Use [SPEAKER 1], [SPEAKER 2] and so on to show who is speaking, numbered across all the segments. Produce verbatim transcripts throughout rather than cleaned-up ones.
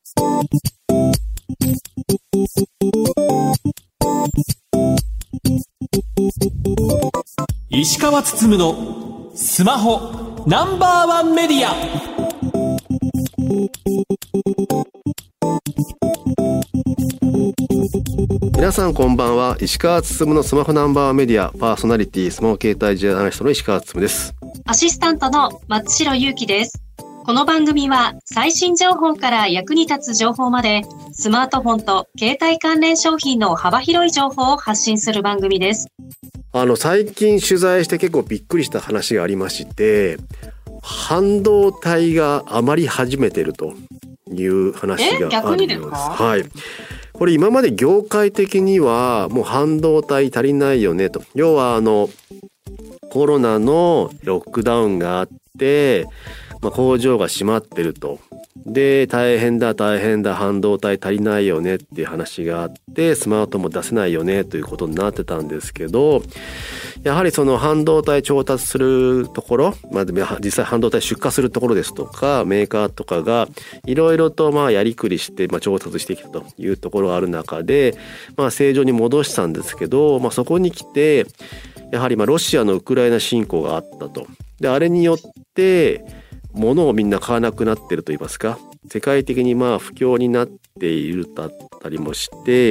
[SPEAKER 1] 石川つつむのスマホナンバーワンメディア。
[SPEAKER 2] 皆さんこんばんは。石川つつむのスマホナンバーワンメディアパーソナリティスマホ携帯ジャーナリストの石川つつむです。
[SPEAKER 3] アシスタントの松代ゆうきです。この番組は最新情報から役に立つ情報までスマートフォンと携帯関連商品の幅広い情報を発信する番組です。
[SPEAKER 2] あの最近取材して結構びっくりした話がありまして、半導体が余り始めているという話があるようです。
[SPEAKER 3] え、逆にですか？
[SPEAKER 2] はい。これ今まで業界的にはもう半導体足りないよねと。要はあのコロナのロックダウンがあって、まあ、工場が閉まってると。で、大変だ大変だ半導体足りないよねっていう話があって、スマートも出せないよねということになってたんですけど、やはりその半導体調達するところ、まあ、実際半導体出荷するところですとかメーカーとかがいろいろとまあやりくりしてまあ調達してきたというところがある中で、まあ、正常に戻したんですけど、まあ、そこに来てやはりまあロシアのウクライナ侵攻があったと。で、あれによって物をみんな買わなくなっていると言いますか、世界的にまあ不況になっているだったりもして、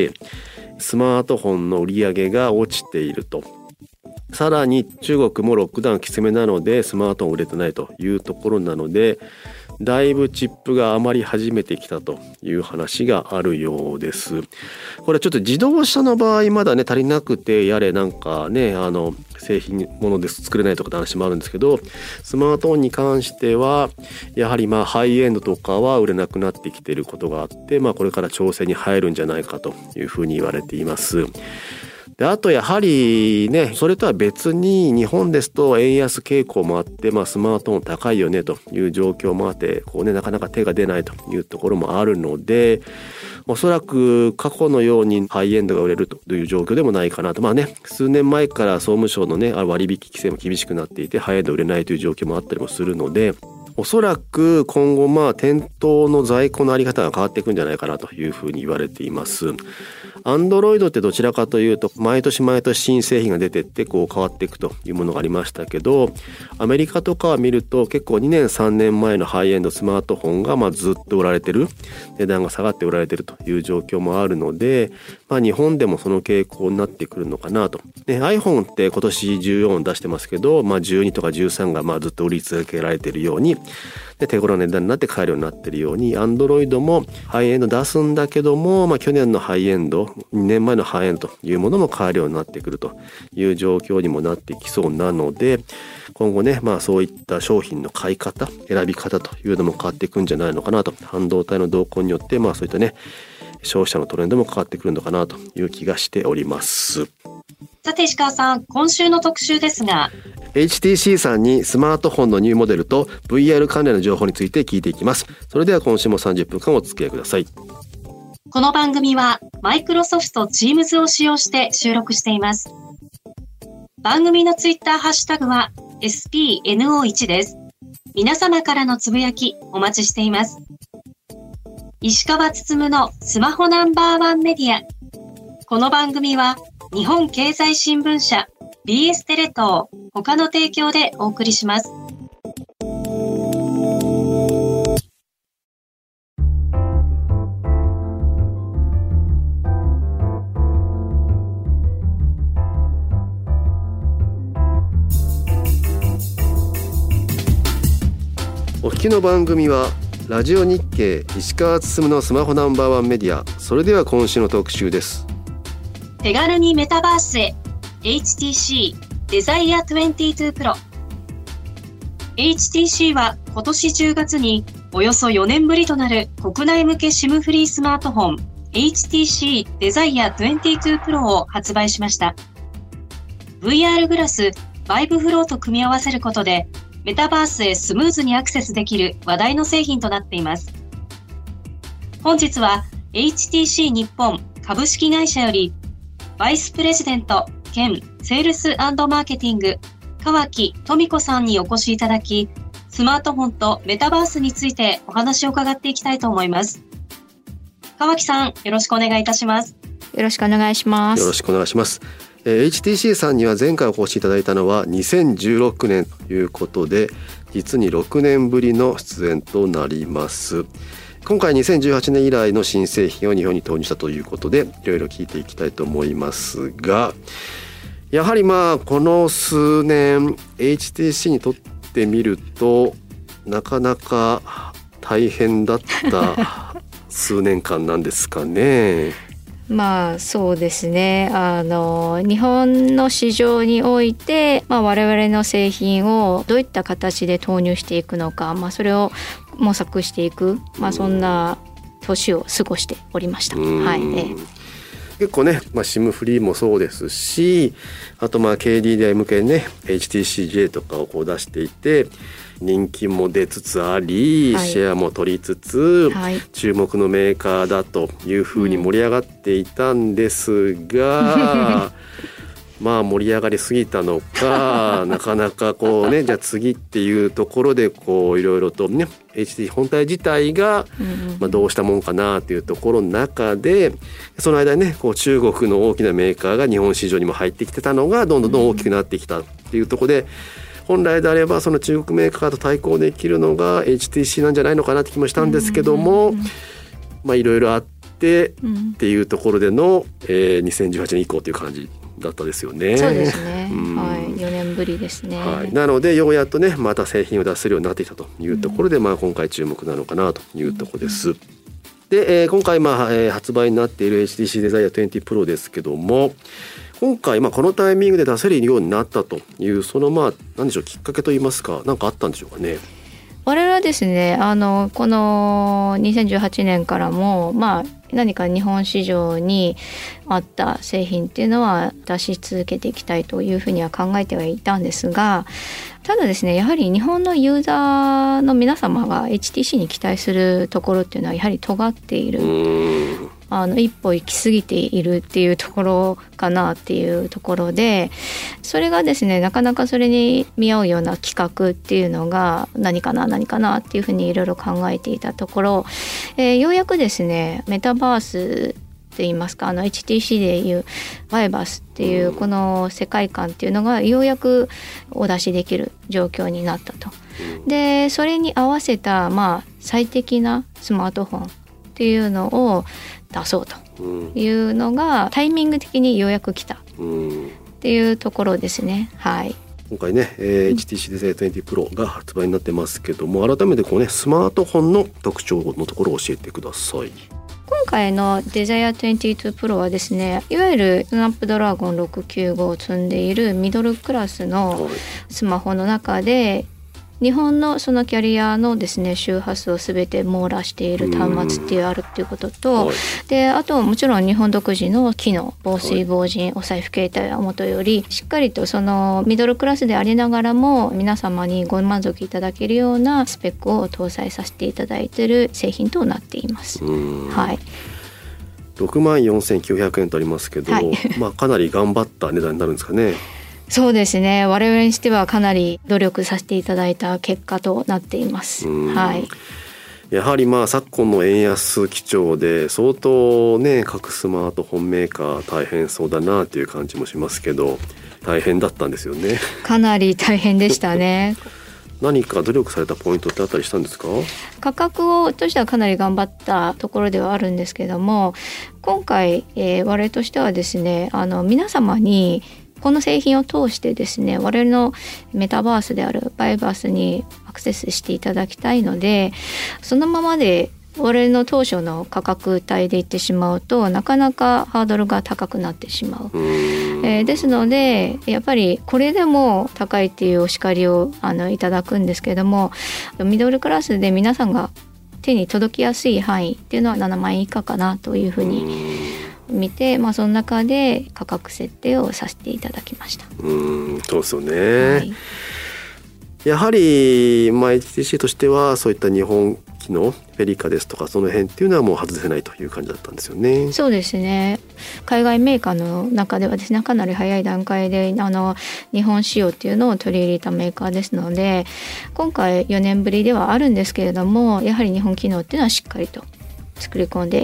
[SPEAKER 2] スマートフォンの売り上げが落ちていると。さらに中国もロックダウンきつめなのでスマートフォン売れてないというところなので、だいぶチップが余り始めてきたという話があるようです。これちょっと自動車の場合まだね足りなくて、やれなんかねあの製品もので作れないとかって話もあるんですけど、スマートフォンに関してはやはりまあハイエンドとかは売れなくなってきていることがあって、まあこれから調整に入るんじゃないかというふうに言われています。で、あとやはりね、それとは別に日本ですと円安傾向もあって、まあスマートフォン高いよねという状況もあって、こうねなかなか手が出ないというところもあるので、おそらく過去のようにハイエンドが売れるという状況でもないかなと。まあね、数年前から総務省のね割引規制も厳しくなっていて、ハイエンド売れないという状況もあったりもするので、おそらく今後まあ店頭の在庫のあり方が変わっていくんじゃないかなというふうに言われています。アンドロイドってどちらかというと毎年毎年新製品が出てってこう変わっていくというものがありましたけど、アメリカとかを見ると結構にねんさんねんまえのハイエンドスマートフォンがまあずっと売られてる、値段が下がって売られてるという状況もあるので、まあ日本でもその傾向になってくるのかなと。で、iPhone って今年じゅうよん出してますけど、まあじゅうにとかじゅうさんがまあずっと売り続けられているように、で手頃な値段になって買えるようになっているように、Android もハイエンド出すんだけども、まあ去年のハイエンド、にねんまえのハイエンドというものも買えるようになってくるという状況にもなってきそうなので、今後ね、まあそういった商品の買い方、選び方というのも変わっていくんじゃないのかなと。半導体の動向によって、まあそういったね、消費者のトレンドも変わってくるのかなという気がしております。
[SPEAKER 3] さて石川さん、今週の特集ですが、
[SPEAKER 2] エイチティーシー さんにスマートフォンのニューモデルと ブイアール 関連の情報について聞いていきます。それでは今週もさんじゅっぷんかんお付き合いください。
[SPEAKER 3] この番組はマイクロソフト Teams を使用して収録しています。番組のツイッターハッシュタグは エスピーエヌオーワン です。皆様からのつぶやきお待ちしています。石川つつむのスマホナンバーワンメディア。この番組は日本経済新聞社、ビーエス テレ東、他の提供でお送りします。
[SPEAKER 2] お聞きの番組はラジオ日経石川つつむのスマホナンバーワンメディア。それでは今週の特集です。
[SPEAKER 3] 手軽にメタバースへ エイチティーシー デザイアにじゅうに Pro。 エイチティーシー は今年じゅうがつにおよそよねんぶりとなる国内向け シム フリースマートフォン エイチティーシー デザイアにじゅうに Pro を発売しました。 ブイアール グラス、バイブフローと組み合わせることでメタバースへスムーズにアクセスできる話題の製品となっています。本日は エイチティーシー 日本株式会社よりバイスプレジデント兼セールス&マーケティング川木富子さんにお越しいただき、スマートフォンとメタバースについてお話を伺っていきたいと思います。 川木さん、よろしくお願いいたします。
[SPEAKER 4] よろしくお願いします。
[SPEAKER 2] よろしくお願いします。えー、エイチティーシー さんには前回お越しいただいたのはにせんじゅうろくねんということで、実にろくねんぶりの出演となります。今回にせんじゅうはちねん以来の新製品を日本に投入したということで、いろいろ聞いていきたいと思いますが、やはりまあこの数年 エイチティーシー にとってみるとなかなか大変だった数年間なんですかね。
[SPEAKER 4] まあそうですね。あの日本の市場において、まあ、我々の製品をどういった形で投入していくのか、まあ、それを模索していく、まあ、そんな年を過ごしておりました。はい、ええ
[SPEAKER 2] 結構ね、まあ、シム フリーもそうですし、あとまあ ケーディーディーアイ 向けにね エイチティーシージェー とかをこう出していて、人気も出つつあり、はい、シェアも取りつつ、はい、注目のメーカーだというふうに盛り上がっていたんですが、うん、まあ盛り上がりすぎたのかなかなかこうね、じゃあ次っていうところでこういろいろとね エイチティー 本体自体がまあどうしたもんかなっていうところの中で、その間にねこう中国の大きなメーカーが日本市場にも入ってきてたのがどんどんどん大きくなってきたっていうところで、本来であればその中国メーカーと対抗できるのが エイチティーシー なんじゃないのかなって気もしたんですけども、まあいろいろあってっていうところでの、えー、にせんじゅうはちねん以降という感じだったですよね。
[SPEAKER 4] そうですね、うん、はい、よねんぶりですね、
[SPEAKER 2] はい、なのでようやっとねまた製品を出せるようになってきたというところで、うん、まあ今回注目なのかなというところです。で、えー、今回まあ、えー、発売になっている エイチティーシー デザイアにじゅうプロですけども、今回まあこのタイミングで出せるようになったというそのまあ何でしょう、きっかけといいますか、何かあったんでしょうかね。
[SPEAKER 4] 我々はですね、あのこのにせんじゅうはちねんからもまあ何か日本市場に合った製品っていうのは出し続けていきたいというふうには考えてはいたんですが、ただですね、やはり日本のユーザーの皆様が エイチティーシー に期待するところっていうのはやはり尖っている、あの一歩行き過ぎているっていうところかなっていうところで、それがですねなかなかそれに見合うような企画っていうのが何かな何かなっていうふうにいろいろ考えていたところ、えー、ようやくですねメタバースといいますか、あの エイチティーシー でいうバイバースっていうこの世界観っていうのがようやくお出しできる状況になったと。でそれに合わせたまあ最適なスマートフォンっていうのを出そうというのがタイミング的にようやく来たっていうところですね。はい。
[SPEAKER 2] 今回ね、えー、エイチティーシー デザイアにじゅうプロが発売になってますけども、改めてこうねスマートフォンの特徴のところを教えてください。
[SPEAKER 4] 今回のデザイアにじゅうにプロはですね、いわゆるスナップドラゴンろくきゅうごを積んでいるミドルクラスのスマホの中で、日本のそのキャリアのですね周波数をすべて網羅している端末っていうあるっていうことと、であともちろん日本独自の機能、防水防塵、お財布携帯はもとよりしっかりとそのミドルクラスでありながらも皆様にご満足いただけるようなスペックを搭載させていただいている製品となっています。はい。
[SPEAKER 2] ろくまんよんせんきゅうひゃくえんとありますけど、はい、まあかなり頑張った値段になるんですかね。
[SPEAKER 4] そうですね、我々にしてはかなり努力させていただいた結果となっています。はい。
[SPEAKER 2] やはりまあ昨今の円安基調で相当ね各スマートフォンメーカー大変そうだなという感じもしますけど、大変だったんですよね。
[SPEAKER 4] かなり大変でしたね。
[SPEAKER 2] 何か努力されたポイントってあったりしたんですか？
[SPEAKER 4] 価格をとしてはかなり頑張ったところではあるんですけども、今回、えー、我々としてはですね、あの皆様にこの製品を通してですね、我々のメタバースであるバイバースにアクセスしていただきたいので、そのままで我々の当初の価格帯でいってしまうとなかなかハードルが高くなってしまう、えー、ですのでやっぱりこれでも高いっていうお叱りをあのいただくんですけども、ミドルクラスで皆さんが手に届きやすい範囲っていうのはななまんえん以下かなというふうに見て、まあ、その中で価格設定をさせていただきました。
[SPEAKER 2] うーん、そうですよね、はい、やはり、まあ、エイチティーシー としてはそういった日本機能フェリカですとかその辺っていうのはもう外せないという感じだったんですよね。
[SPEAKER 4] そうですね、海外メーカーの中ではですねかなり早い段階であの日本仕様っていうのを取り入れたメーカーですので、今回よねんぶりではあるんですけれども、やはり日本機能っていうのはしっかりと作り込んで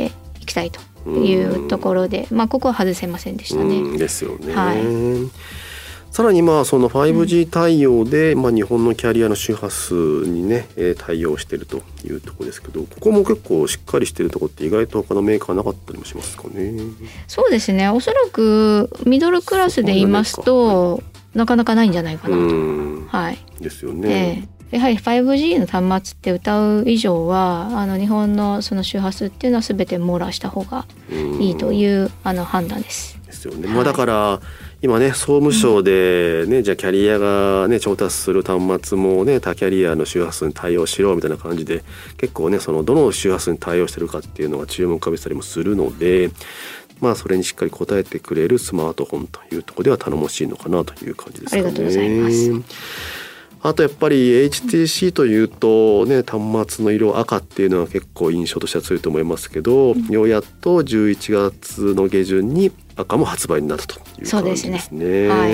[SPEAKER 4] いきたいというところで、まあ、ここは外せませんでしたね。
[SPEAKER 2] うんですよね、
[SPEAKER 4] はい。
[SPEAKER 2] さらにまあその ファイブジー 対応で、まあ、日本のキャリアの周波数にね、えー、対応しているというところですけど、ここも結構しっかりしているところって意外と他のメーカーなかったりもしますかね。
[SPEAKER 4] そうですね、おそらくミドルクラスで言いますと、はい、なかなかないんじゃないかなと。はい、ですよね。えー、やはり ファイブジー の端末って歌う以上はあの日本のその周波数っていうのは全て網羅した方がいいというあの判断です。
[SPEAKER 2] ですよね。まあ、だから今ね総務省でね、うん、じゃあキャリアがね調達する端末もね他キャリアの周波数に対応しろみたいな感じで結構ねそのどの周波数に対応してるかっていうのが注目を浴びたりもするので、まあそれにしっかり応えてくれるスマートフォンというところでは頼もしいのかなという感じですかね。
[SPEAKER 4] ありがとうございます。
[SPEAKER 2] あとやっぱり エイチティーシー というとね端末の色赤っていうのは結構印象としては強いと思いますけど、うん、ようやっとじゅういちがつの下旬に赤も発売になったという感じですね。そうですね、
[SPEAKER 4] はい、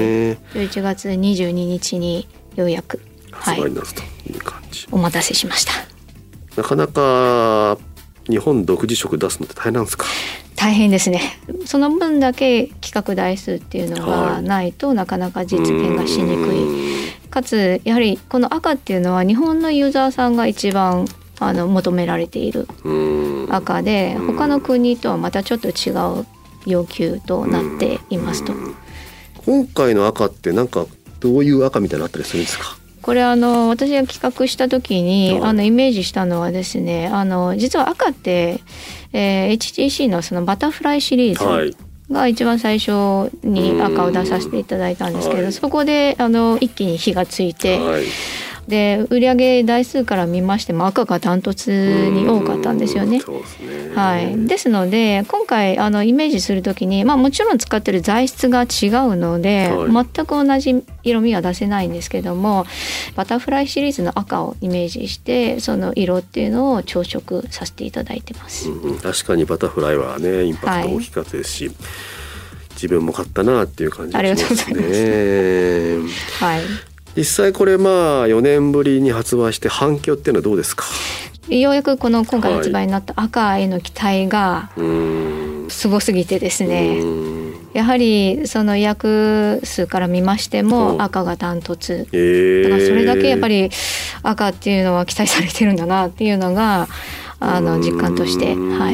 [SPEAKER 4] じゅういちがつにじゅうににちにようやく
[SPEAKER 2] 発売になったという感じ、
[SPEAKER 4] はい、お待たせしました。
[SPEAKER 2] なかなか日本独自色出すのって大変なんですか？
[SPEAKER 4] 大変ですね。その分だけ規格台数っていうのがないと、はい、なかなか実現がしにくい。かつやはりこの赤っていうのは日本のユーザーさんが一番あの求められている赤で、他の国とはまたちょっと違う要求となっていますと。
[SPEAKER 2] 今回の赤ってなんかどういう赤みたいなのあったりするんですか？
[SPEAKER 4] これあの私が企画した時にあのイメージしたのはですね、あの実は赤って、えー、エイチティーシー のそのバタフライシリーズ、はいが一番最初に赤を出させていただいたんですけど、はい、そこであの一気に火がついて、はい、で売上台数から見ましても赤がダントツに多かったんですよね。そうですね。はい、ですので今回あのイメージするときに、まあ、もちろん使ってる材質が違うので、はい、全く同じ色味は出せないんですけども、バタフライシリーズの赤をイメージしてその色っていうのを調色させていただいてます。
[SPEAKER 2] うん、確かにバタフライはねインパクト大きかったですし、はい、自分も買ったなっていう感じがしますね。ありがとうございます。はい。実際これまあよねんぶりに発売して反響っていうのはどうですか？
[SPEAKER 4] ようやくこの今回発売になった赤への期待がすごすぎてですね、やはりその予約数から見ましても赤がダントツ、えー、だからそれだけやっぱり赤っていうのは期待されてるんだなっていうのがあの実感として、はい、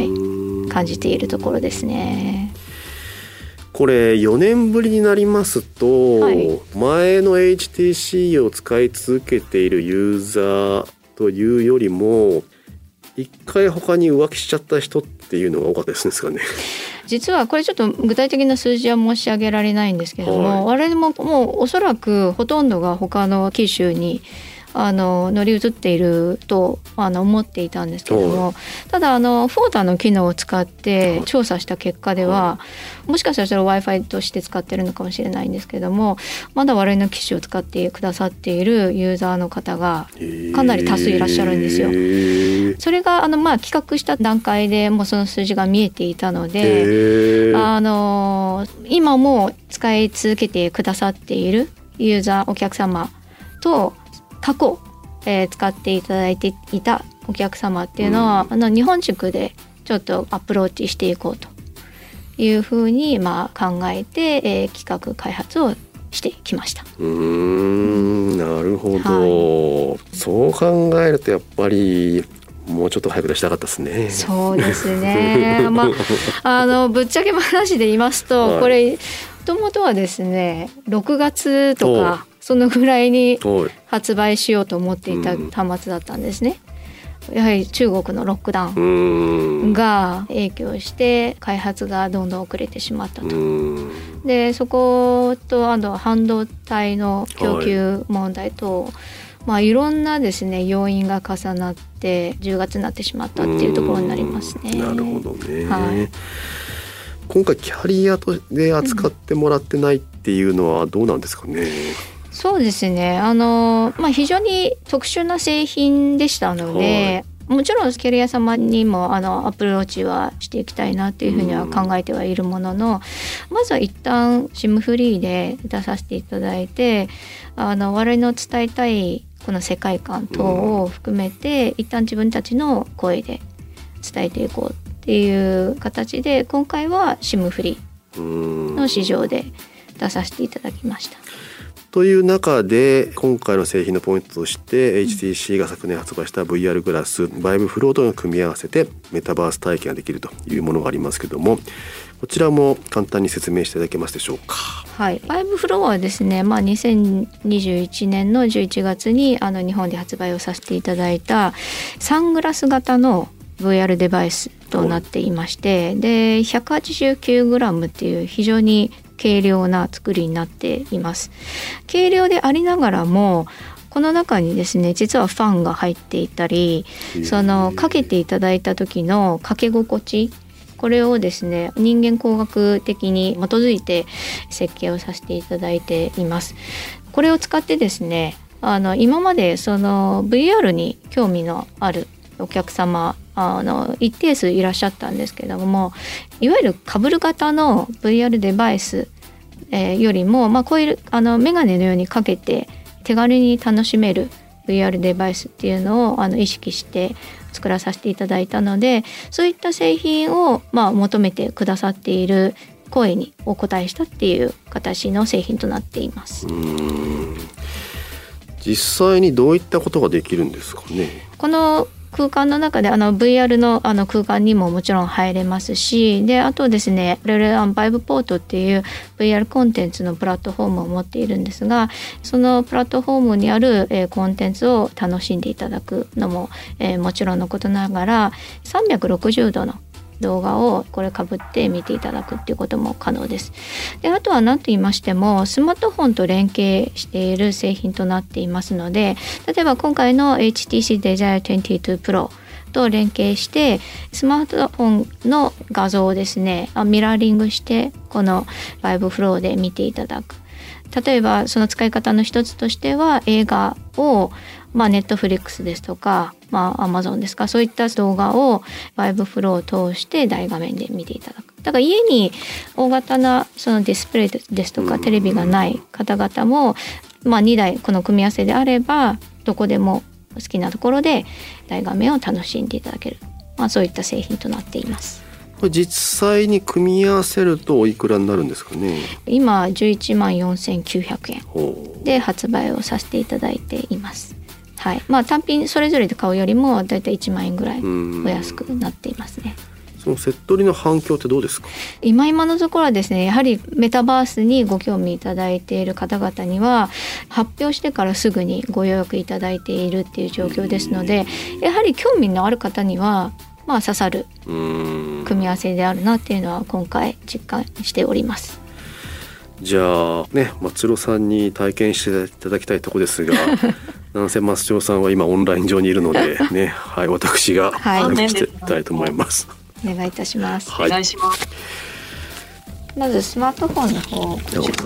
[SPEAKER 4] 感じているところですね。
[SPEAKER 2] これよねんぶりになりますと、はい、前の エイチティーシー を使い続けているユーザーというよりも一回他に浮気しちゃった人っていうのが多かったですかね。
[SPEAKER 4] 実はこれちょっと具体的な数字は申し上げられないんですけれども、はい、我々ももうおそらくほとんどが他の機種にあの乗り移っているとあの思っていたんですけども、ただあのフォータの機能を使って調査した結果では、もしかしたらそれを Wi-Fi として使ってるのかもしれないんですけども、まだ我々の機種を使ってくださっているユーザーの方がかなり多数いらっしゃるんですよ。それがあのまあ企画した段階でもうその数字が見えていたので、あの今も使い続けてくださっているユーザーお客様と過去、えー、使っていただいていたお客様っていうのは、うん、あの日本地区でちょっとアプローチしていこうというふうにまあ考えて、えー、企画開発をしてきました。
[SPEAKER 2] うーん、なるほど、はい、そう考えるとやっぱりもうちょっと早く出したかったですね。
[SPEAKER 4] そうですね。まああのぶっちゃけ話で言いますと、はい、これもともとはですねろくがつとかそのぐらいに発売しようと思っていた端末だったんですね。やはり中国のロックダウンが影響して開発がどんどん遅れてしまったと。でそことあの半導体の供給問題と、はい、まあ、いろんなですね要因が重なってじゅうがつになってしまったっていうところになりますね。
[SPEAKER 2] なるほどね、はい、今回キャリアで扱ってもらってないっていうのはどうなんですかね。うん、そうですね、
[SPEAKER 4] あの、まあ、非常に特殊な製品でしたので、はい、もちろんキャリア様にもあのアプローチはしていきたいなというふうには考えてはいるものの、まずは一旦 シム フリーで出させていただいて、あの我々の伝えたいこの世界観等を含めて、一旦自分たちの声で伝えていこうっっていう形で今回は シム フリーの市場で出させていただきました。
[SPEAKER 2] という中で今回の製品のポイントとして エイチティーシー が昨年発売した ブイアール グラスバイブフローとの組み合わせてメタバース体験ができるというものがありますけども、こちらも簡単に説明していただけますでしょうか。
[SPEAKER 4] はい、バイブフローはですね、まあ、にせんにじゅういちねんのじゅういちがつにあの日本で発売をさせていただいたサングラス型の ブイアール デバイスとなっていまして、はい、で ひゃくはちじゅうきゅうグラム っていう非常に軽量な作りになっています。軽量でありながらもこの中にですね実はファンが入っていたり、そのかけていただいた時のかけ心地、これをですね人間工学的に基づいて設計をさせていただいています。これを使ってですねあの今までその ブイアール に興味のあるお客様あの一定数いらっしゃったんですけれども、いわゆるかぶる型の ブイアール デバイス、えー、よりも、まあ、こういうあのメガネのようにかけて手軽に楽しめる ブイアール デバイスっていうのをあの意識して作らさせていただいたので、そういった製品を、まあ、求めてくださっている声にお答えしたっていう形の製品となっています。
[SPEAKER 2] うーん、実際にどういったことができるんですかね。
[SPEAKER 4] この空間の中であの ブイアール の, あの空間にももちろん入れますし、であとですねレレアンバイブポートっていう ブイアール コンテンツのプラットフォームを持っているんですが、そのプラットフォームにある、えー、コンテンツを楽しんでいただくのも、えー、もちろんのことながらさんびゃくろくじゅうどの動画をこれかぶって見ていただくっていうことも可能です。であとは何と言いましてもスマートフォンと連携している製品となっていますので、例えば今回の エイチティーシー Desire にじゅうに Pro と連携してスマートフォンの画像をですねミラーリングしてこのバイブフローで見ていただく。例えばその使い方の一つとしては映画をまあ、ネットフリックスですとか、まあ、アマゾンですか、そういった動画をバイブフローを通して大画面で見ていただく。だから家に大型なそのディスプレイですとかテレビがない方々も、まあ、にだいこの組み合わせであればどこでも好きなところで大画面を楽しんでいただける、まあ、そういった製品となっています。
[SPEAKER 2] これ実際に組み合わせるとおいくらになるんですかね。
[SPEAKER 4] 今じゅういちまんよんせんきゅうひゃくえんで発売をさせていただいています。はい、まあ、単品それぞれで買うよりもだいたいいちまんえんぐらいお安くなっていますね。
[SPEAKER 2] そのセットリの反響ってどうですか。
[SPEAKER 4] 今今のところはですねやはりメタバースにご興味いただいている方々には発表してからすぐにご予約いただいているっていう状況ですので、やはり興味のある方にはまあ刺さる組み合わせであるなっていうのは今回実感しております。
[SPEAKER 2] じゃあね松代さんに体験していただきたいところですがなんせ松代さんは今オンライン上にいるのでね、はい、私が体験していきたいと思います。
[SPEAKER 4] お願いいたします。
[SPEAKER 3] はい、お願いします。
[SPEAKER 4] まずスマートフォンの方ですね、はい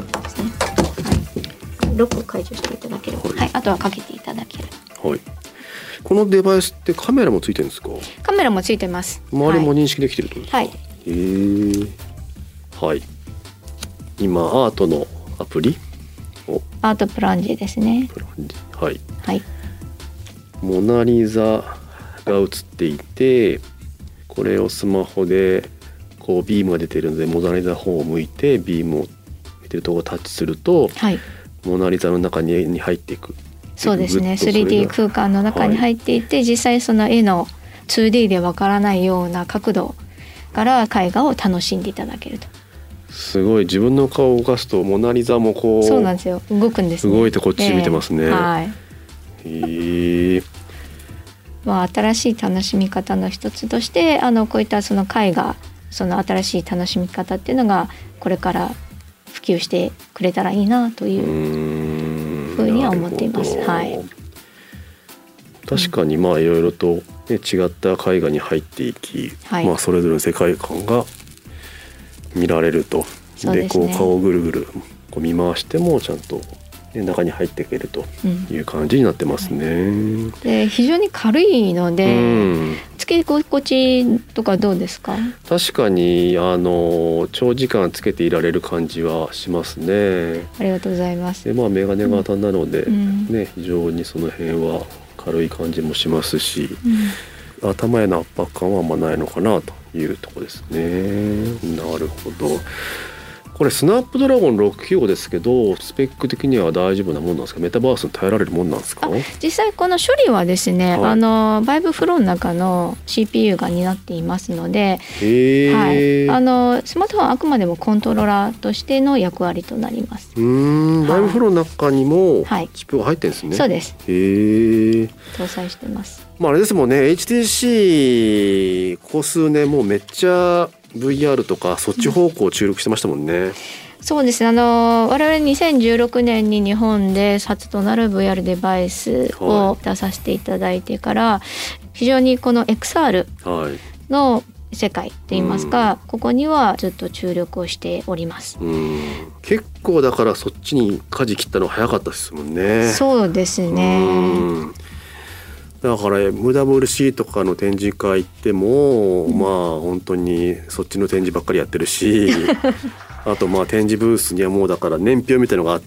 [SPEAKER 4] 、ロックを解除していただける、はいはい、あとはかけていただける、
[SPEAKER 2] はい、このデバイスってカメラもついてるんですか。
[SPEAKER 4] カメラもついてます。
[SPEAKER 2] 周りも認識できてるってことですか。はい、へー、はい、今アートのアプリを
[SPEAKER 4] アートプランジェですね。
[SPEAKER 2] プランジェ、はい、
[SPEAKER 4] はい、
[SPEAKER 2] モナリザが映っていて、これをスマホでこうビームが出ているのでモナリザの方を向いてビームを見てるところをタッチすると、はい、モナリザの中にに入っていく。
[SPEAKER 4] そうですね、スリーディー 空間の中に入っていて、はい、実際その絵の ツーディー でわからないような角度から絵画を楽しんでいただけると。
[SPEAKER 2] すごい、自分の顔を動かすとモナリザもこう、
[SPEAKER 4] そうなんですよ、動くんですね。
[SPEAKER 2] 動いてこっち見てますね、
[SPEAKER 4] えーはい、
[SPEAKER 2] へえ。
[SPEAKER 4] まあ、新しい楽しみ方の一つとしてあのこういったその絵画、その新しい楽しみ方っていうのがこれから普及してくれたらいいなというふうには思っています。はい、
[SPEAKER 2] 確かにまあいろいろと、ね、違った絵画に入っていき、はい、まあ、それぞれの世界観が見られると。
[SPEAKER 4] そうですね、
[SPEAKER 2] でこう顔をぐるぐるこう見回してもちゃんと、ね、中に入っていけるという感じになってますね。うん、
[SPEAKER 4] で非常に軽いので、うん、つけ心地とかどうですか。
[SPEAKER 2] 確かにあの長時間つけていられる感じはしますね。
[SPEAKER 4] ありがとうございます。
[SPEAKER 2] で、まあ、メガネ型なので、
[SPEAKER 4] うん
[SPEAKER 2] ね、非常にその辺は軽い感じもしますし、
[SPEAKER 4] うん、
[SPEAKER 2] 頭への圧迫感はあんまないのかなというところですね。なるほど。これスナップドラゴンろくきゅうごですけど、スペック的には大丈夫なもんなんですか？メタバースに耐えられるもんなんですか？
[SPEAKER 4] 実際この処理はですね、はい、あのバイブフローの中の シーピーユー が担っていますので、
[SPEAKER 2] へ
[SPEAKER 4] はい、
[SPEAKER 2] ー、
[SPEAKER 4] あのスマートフォンはあくまでもコントローラーとしての役割となります。
[SPEAKER 2] うーん、バイブフローの中にも
[SPEAKER 4] はい
[SPEAKER 2] チップが入ってるんですね。
[SPEAKER 4] そうです。
[SPEAKER 2] へー、
[SPEAKER 4] 搭載してます。
[SPEAKER 2] まあ、あれですもんね、 エイチティーシー ここ数年もうめっちゃ ブイアール とかそっち方向注力してましたもんね、うん、
[SPEAKER 4] そうですね、あの我々にせんじゅうろくねんに日本で初となる ブイアール デバイスを出させていただいてから、はい、非常にこの エックスアール の世界といいますか、はい、ここにはずっと注力をしております。
[SPEAKER 2] うん、結構だからそっちに舵切ったの早かったですもんね。
[SPEAKER 4] そうですね。
[SPEAKER 2] うん、だから エムダブリューシー とかの展示会行っても、うん、まあ本当にそっちの展示ばっかりやってるしあとまあ展示ブースにはもうだから年表みたいなのがあって、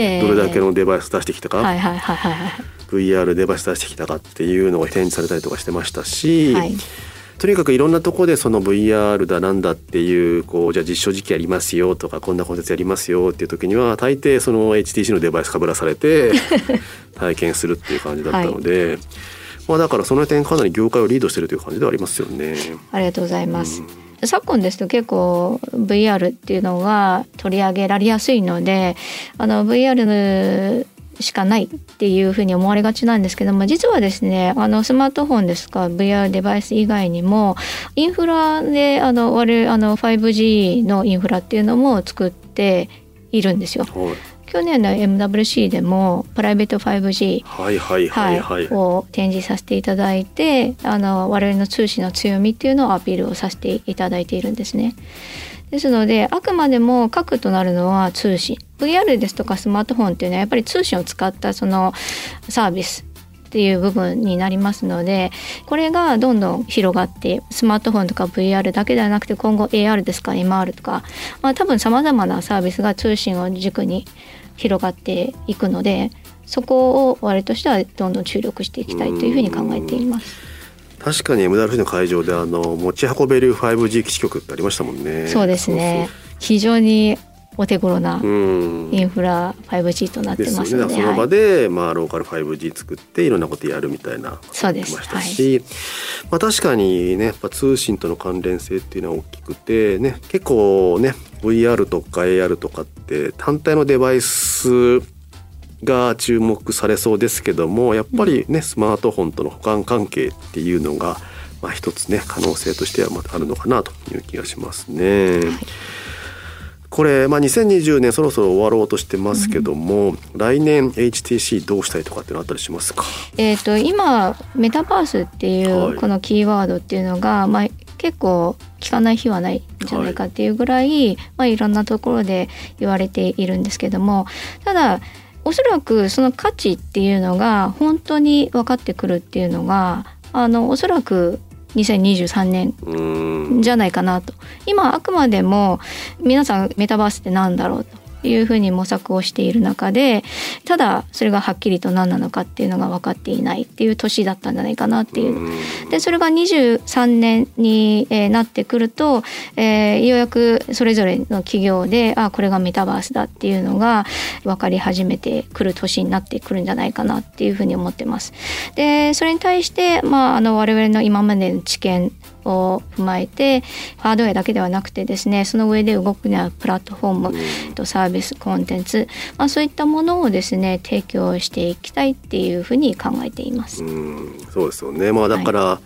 [SPEAKER 2] えー、どれだけのデバイス出してきたか、
[SPEAKER 4] はいはいはいはい、
[SPEAKER 2] ブイアール デバイス出してきたかっていうのが展示されたりとかしてましたし、はい、とにかくいろんなところでその ブイアール だなんだっていう、こうじゃあ実証実験やりますよとかこんなコンテンツやりますよっていう時には大抵その エイチティーシー のデバイスかぶらされて体験するっていう感じだったので、はい、まあ、だからその点かなり業界をリードしているという感じではありますよね。
[SPEAKER 4] ありがとうございます、うん、昨今ですと結構 ブイアール っていうのが取り上げられやすいので、あの ブイアール しかないっていうふうに思われがちなんですけども、実はですね、あのスマートフォンですか ブイアール デバイス以外にもインフラであの我々あの ファイブジー のインフラっていうのも作っているんですよ。はい、去年の エムダブリューシー でもプライベート ファイブジー を展示させていただいて、あの我々の通信の強みっていうのをアピールをさせていただいているんですね。ですのであくまでも核となるのは通信、 ブイアール ですとかスマートフォンっていうのはやっぱり通信を使ったそのサービスっていう部分になりますので、これがどんどん広がってスマートフォンとか ブイアール だけではなくて今後 エーアール ですか エムアール とか、まあ、多分さまざまなサービスが通信を軸に広がっていくので、そこを我々としてはどんどん注力していきたいというふうに考えています。
[SPEAKER 2] 確かに エムダブリューシー の会場であの持ち運べる ファイブジー 基地局ってありましたもんね。
[SPEAKER 4] そうですね。そうそう、非常にお手頃なインフラ ファイブジー となってますので、
[SPEAKER 2] ですよね、その場で、はい、まあ、ローカル ファイブジー 作っていろんなことやるみたいなこと
[SPEAKER 4] そうです、
[SPEAKER 2] ましたし、はい、まあ、確かにねやっぱ通信との関連性っていうのは大きくてね、結構ね ブイアール とか エーアール とかって単体のデバイスが注目されそうですけども、やっぱりね、うん、スマートフォンとの補完関係っていうのが、まあ、一つね可能性としてはまたあるのかなという気がしますね。はい、これ、まあ、にせんにじゅうねんそろそろ終わろうとしてますけども、うん、来年 エイチティーシー どうしたいとかってのあったりしますか？
[SPEAKER 4] えーと、今メタバースっていうこのキーワードっていうのが、はい、まあ、結構聞かない日はないんじゃないかっていうぐらい、はい、まあ、いろんなところで言われているんですけども、ただおそらくその価値っていうのが本当に分かってくるっていうのがあのおそらくにせんにじゅうさんねんじゃないかなと。今あくまでも皆さんメタバースって何だろうというふうに模索をしている中で、ただそれがはっきりと何なのかっていうのが分かっていないっていう年だったんじゃないかなっていう。でそれがにじゅうさんねんになってくると、えー、ようやくそれぞれの企業であこれがメタバースだっていうのが分かり始めてくる年になってくるんじゃないかなっていうふうに思ってます。でそれに対して、まあ、あの我々の今までの知見を踏まえてハードウェアだけではなくてですね、その上で動くにはプラットフォームとサービスコンテンツ、まあ、そういったものをですね提供していきたいっていうふうに考えています。
[SPEAKER 2] うん、そうですよね。まあだから、はい、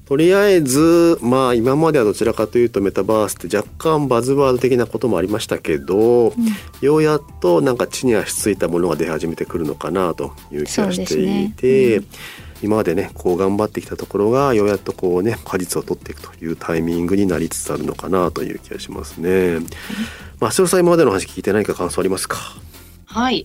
[SPEAKER 2] とりあえずまあ今まではどちらかというとメタバースって若干バズワード的なこともありましたけど、うん、ようやっとなんか地に足ついたものが出始めてくるのかなという気がしていて、今までねこう頑張ってきたところがようやっとこうね果実を取っていくというタイミングになりつつあるのかなという気がしますね。うん、まあ、しろさん今までの話聞いて何か感想ありますか？
[SPEAKER 3] はい、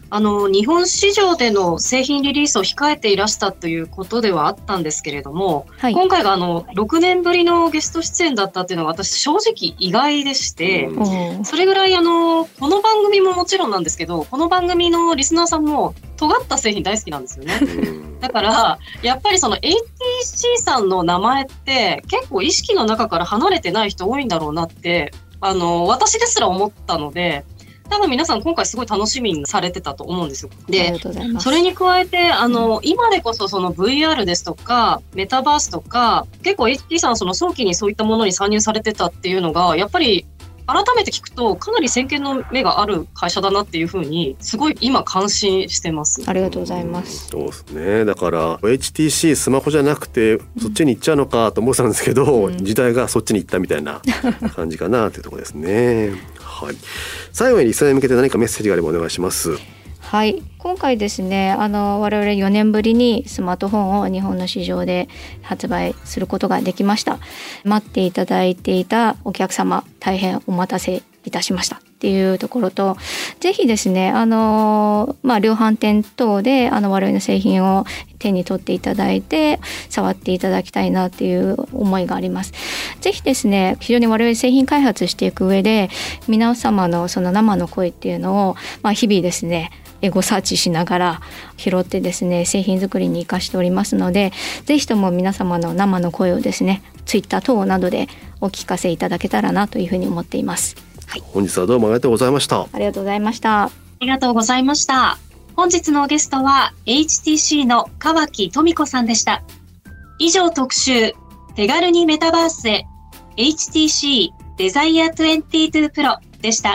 [SPEAKER 3] あの日本市場での製品リリースを控えていらしたということではあったんですけれども、はい、今回があのろくねんぶりのゲスト出演だったっていうのは私正直意外でして、うん、それぐらいあのこの番組ももちろんなんですけど、この番組のリスナーさんも尖った製品大好きなんですよね。だからやっぱりその エーティーシー さんの名前って結構意識の中から離れてない人多いんだろうなってあの私ですら思ったので、多分皆さん今回すごい楽しみにされてたと思うんですよ。で、それに加えてあの、うん、今でこそその ブイアール ですとかメタバースとか結構 エイチティー さんその早期にそういったものに参入されてたっていうのがやっぱり改めて聞くとかなり先見の目がある会社だなっていうふうにすごい今感心してます。
[SPEAKER 4] ありがとうございます。
[SPEAKER 2] そうですね。だから エイチティーシー スマホじゃなくてそっちに行っちゃうのかと思ってたんですけど、うん、時代がそっちに行ったみたいな感じかなというところですね。はい、最後にリスナーに向けて何かメッセージがあればお願いします。
[SPEAKER 4] はい、今回ですね、あの我々よねんぶりにスマートフォンを日本の市場で発売することができました。待っていただいていたお客様、大変お待たせいたしましたっていうところと、ぜひですね、あのまあ量販店等であの我々の製品を手に取っていただいて触っていただきたいなっていう思いがあります。ぜひですね、非常に我々製品開発していく上で皆様のその生の声っていうのを、まあ、日々ですねエゴサーチしながら拾ってですね製品作りに生かしておりますので、ぜひとも皆様の生の声をですねツイッター等などでお聞かせいただけたらなというふうに思っています。はい、
[SPEAKER 2] 本日はどうもありがとうございました。
[SPEAKER 4] ありがとうございました。
[SPEAKER 3] ありがとうございました。本日のゲストは エイチティーシー の川木富子さんでした。以上特集手軽にメタバースへ エイチティーシー デザイアにじゅうにプロでした。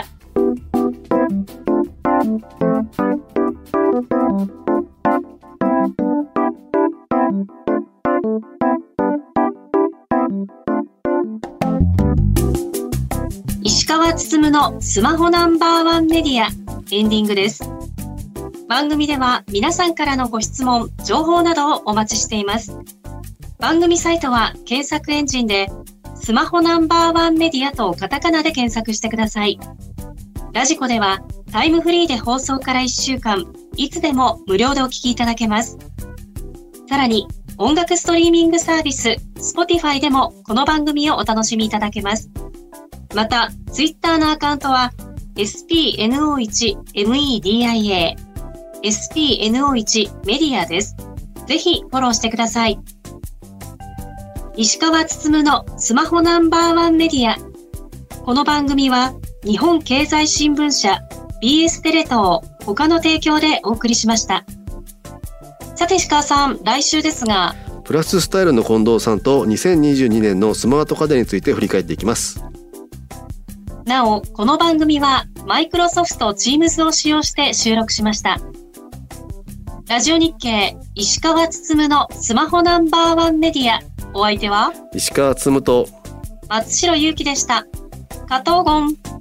[SPEAKER 3] 石川つつむのスマホナンバーワンメディアエンディングです。番組では皆さんからのご質問、情報などをお待ちしています。番組サイトは検索エンジンでスマホナンバーワンメディアとカタカナで検索してください。ラジコではタイムフリーで放送からいっしゅうかん、いつでも無料でお聞きいただけます。さらに音楽ストリーミングサービス Spotify でもこの番組をお楽しみいただけます。また、ツイッターのアカウントは エスピーエヌオーワン メディア エスピーエヌオーワン メディアです。ぜひフォローしてください。石川つつむのスマホナンバーワンメディア。この番組は日本経済新聞社、ビーエス テレ東他の提供でお送りしました。さて石川さん、来週ですが、
[SPEAKER 2] プラススタイルの近藤さんとにせんにじゅうにねんのスマート家電について振り返っていきます。
[SPEAKER 3] なお、この番組はマイクロソフト Teams を使用して収録しました。ラジオ日経石川つつむのスマホナンバーワンメディア。お相手は
[SPEAKER 2] 石川つつむと
[SPEAKER 3] 松代ゆうきでした。加藤ゴン。